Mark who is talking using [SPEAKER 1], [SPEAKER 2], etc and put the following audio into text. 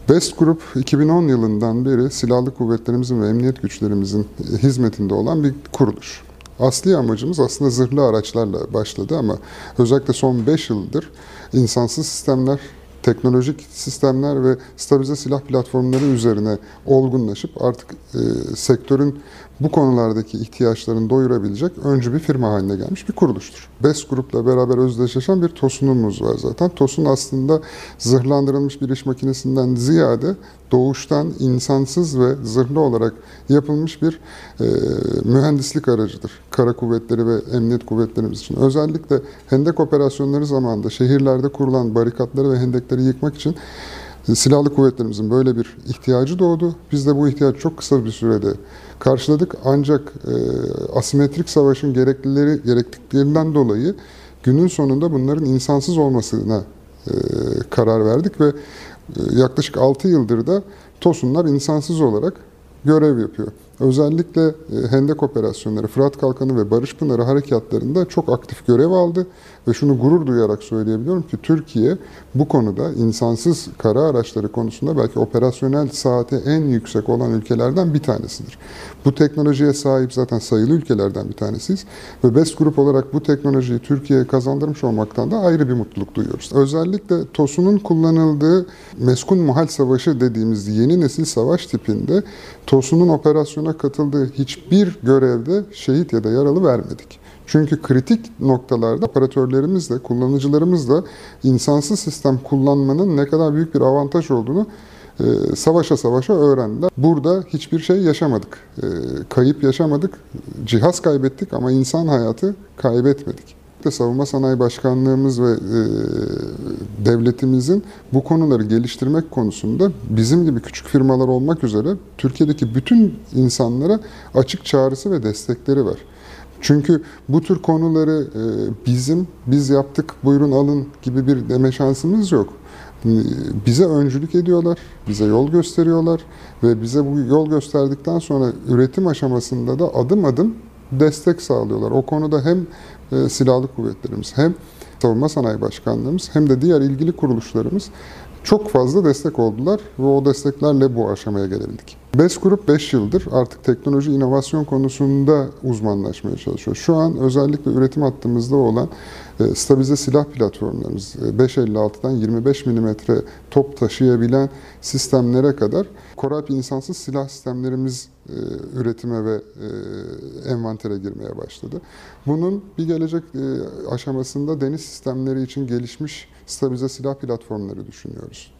[SPEAKER 1] BEST Group 2010 yılından beri silahlı kuvvetlerimizin ve emniyet güçlerimizin hizmetinde olan bir kuruluş. Asli amacımız aslında zırhlı araçlarla başladı ama özellikle son 5 yıldır insansız sistemler, teknolojik sistemler ve stabilize silah platformları üzerine olgunlaşıp artık sektörün bu konulardaki ihtiyaçlarını doyurabilecek öncü bir firma haline gelmiş bir kuruluştur. BEST Group'la beraber özdeşleşen bir TOS'unumuz var zaten. TOS'un aslında zırhlandırılmış bir iş makinesinden ziyade doğuştan insansız ve zırhlı olarak yapılmış bir mühendislik aracıdır. Kara kuvvetleri ve emniyet kuvvetlerimiz için. Özellikle hendek operasyonları zamanında şehirlerde kurulan barikatları ve hendekleri yıkmak için silahlı kuvvetlerimizin böyle bir ihtiyacı doğdu. Biz de bu ihtiyacı çok kısa bir sürede karşıladık. Ancak asimetrik savaşın gerekliliklerinden dolayı günün sonunda bunların insansız olmasına karar verdik ve yaklaşık 6 yıldır da TOS'unlar insansız olarak görev yapıyor. Özellikle hendek operasyonları, Fırat Kalkanı ve Barış Pınarı harekatlarında çok aktif görev aldı ve şunu gurur duyarak söyleyebiliyorum ki Türkiye bu konuda insansız kara araçları konusunda belki operasyonel saati en yüksek olan ülkelerden bir tanesidir. Bu teknolojiye sahip zaten sayılı ülkelerden bir tanesiyiz ve BEST Group olarak bu teknolojiyi Türkiye'ye kazandırmış olmaktan da ayrı bir mutluluk duyuyoruz. Özellikle TOS'unun kullanıldığı meskun muhal savaşı dediğimiz yeni nesil savaş tipinde TOS'unun operasyona katıldığı hiçbir görevde şehit ya da yaralı vermedik. Çünkü kritik noktalarda operatörlerimizle, kullanıcılarımızla insansız sistem kullanmanın ne kadar büyük bir avantaj olduğunu savaşa savaşa öğrendiler. Burada hiçbir şey yaşamadık. Kayıp yaşamadık. Cihaz kaybettik ama insan hayatı kaybetmedik. Savunma Sanayi Başkanlığımız ve devletimizin bu konuları geliştirmek konusunda bizim gibi küçük firmalar olmak üzere Türkiye'deki bütün insanlara açık çağrısı ve destekleri var. Çünkü bu tür konuları biz yaptık, buyurun alın gibi bir deme şansımız yok. Bize öncülük ediyorlar, bize yol gösteriyorlar ve bize bu yol gösterdikten sonra üretim aşamasında da adım adım destek sağlıyorlar. O konuda hem silahlı kuvvetlerimiz hem Savunma Sanayi Başkanlığımız hem de diğer ilgili kuruluşlarımız çok fazla destek oldular ve o desteklerle bu aşamaya gelebildik. BEST Group 5 yıldır artık teknoloji inovasyon konusunda uzmanlaşmaya çalışıyor. Şu an özellikle üretim hattımızda olan stabilize silah platformlarımız 5.56'dan 25 mm top taşıyabilen sistemlere kadar Koralp insansız silah sistemlerimiz üretime ve envantere girmeye başladı. Bunun bir gelecek aşamasında deniz sistemleri için gelişmiş stabilize silah platformları düşünüyoruz.